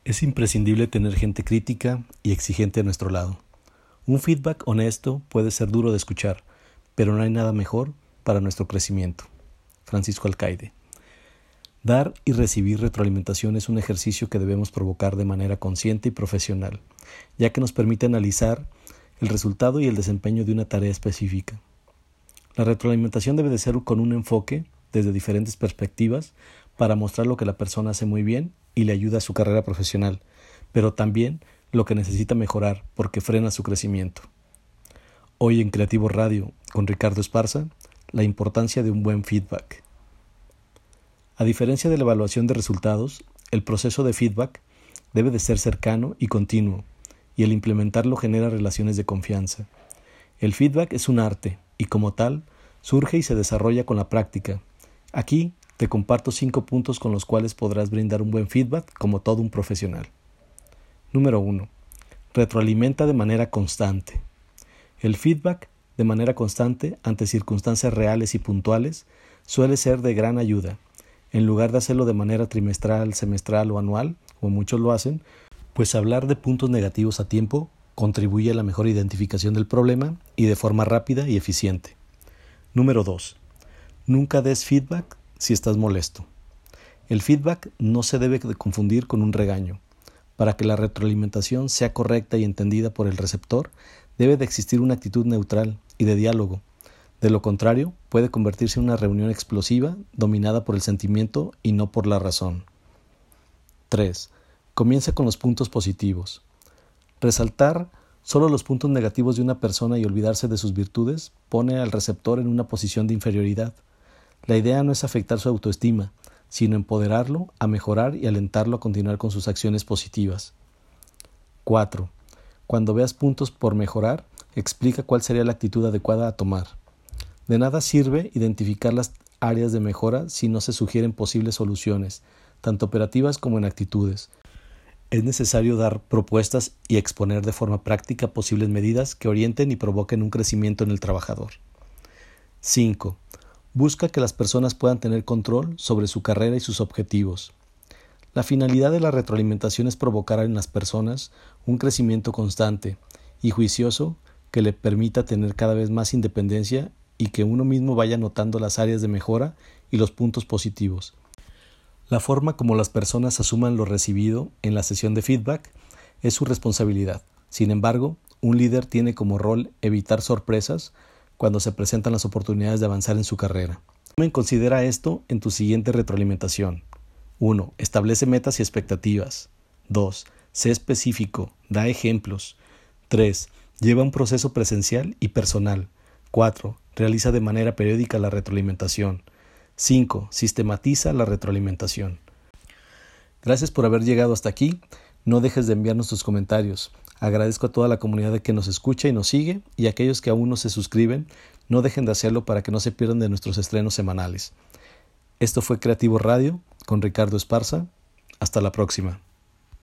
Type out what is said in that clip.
Es imprescindible tener gente crítica y exigente a nuestro lado. Un feedback honesto puede ser duro de escuchar, pero no hay nada mejor para nuestro crecimiento. Francisco Alcaide. Dar y recibir retroalimentación es un ejercicio que debemos provocar de manera consciente y profesional, ya que nos permite analizar el resultado y el desempeño de una tarea específica. La retroalimentación debe de ser con un enfoque desde diferentes perspectivas para mostrar lo que la persona hace muy bien y le ayuda a su carrera profesional, pero también lo que necesita mejorar porque frena su crecimiento. Hoy en Creativo Radio, con Ricardo Esparza, la importancia de un buen feedback. A diferencia de la evaluación de resultados, el proceso de feedback debe de ser cercano y continuo, y el implementarlo genera relaciones de confianza. El feedback es un arte, y como tal, surge y se desarrolla con la práctica. Aquí te comparto 5 puntos con los cuales podrás brindar un buen feedback como todo un profesional. Número 1. Retroalimenta de manera constante. El feedback de manera constante ante circunstancias reales y puntuales suele ser de gran ayuda. En lugar de hacerlo de manera trimestral, semestral o anual, como muchos lo hacen, pues hablar de puntos negativos a tiempo contribuye a la mejor identificación del problema y de forma rápida y eficiente. Número 2. Nunca des feedback si estás molesto. El feedback no se debe de confundir con un regaño. Para que la retroalimentación sea correcta y entendida por el receptor, debe de existir una actitud neutral y de diálogo. De lo contrario, puede convertirse en una reunión explosiva dominada por el sentimiento y no por la razón. 3. Comienza con los puntos positivos. Resaltar solo los puntos negativos de una persona y olvidarse de sus virtudes pone al receptor en una posición de inferioridad. La idea no es afectar su autoestima, sino empoderarlo a mejorar y alentarlo a continuar con sus acciones positivas. 4. Cuando veas puntos por mejorar, explica cuál sería la actitud adecuada a tomar. De nada sirve identificar las áreas de mejora si no se sugieren posibles soluciones, tanto operativas como en actitudes. Es necesario dar propuestas y exponer de forma práctica posibles medidas que orienten y provoquen un crecimiento en el trabajador. 5. Busca que las personas puedan tener control sobre su carrera y sus objetivos. La finalidad de la retroalimentación es provocar en las personas un crecimiento constante y juicioso que le permita tener cada vez más independencia y que uno mismo vaya notando las áreas de mejora y los puntos positivos. La forma como las personas asuman lo recibido en la sesión de feedback es su responsabilidad. Sin embargo, un líder tiene como rol evitar sorpresas cuando se presentan las oportunidades de avanzar en su carrera. Considera esto en tu siguiente retroalimentación. 1. Establece metas y expectativas. 2. Sé específico, da ejemplos. 3. Lleva un proceso presencial y personal. 4. Realiza de manera periódica la retroalimentación. 5. Sistematiza la retroalimentación. Gracias por haber llegado hasta aquí. No dejes de enviarnos tus comentarios. Agradezco a toda la comunidad que nos escucha y nos sigue, y a aquellos que aún no se suscriben, no dejen de hacerlo para que no se pierdan de nuestros estrenos semanales. Esto fue Creativo Radio con Ricardo Esparza. Hasta la próxima.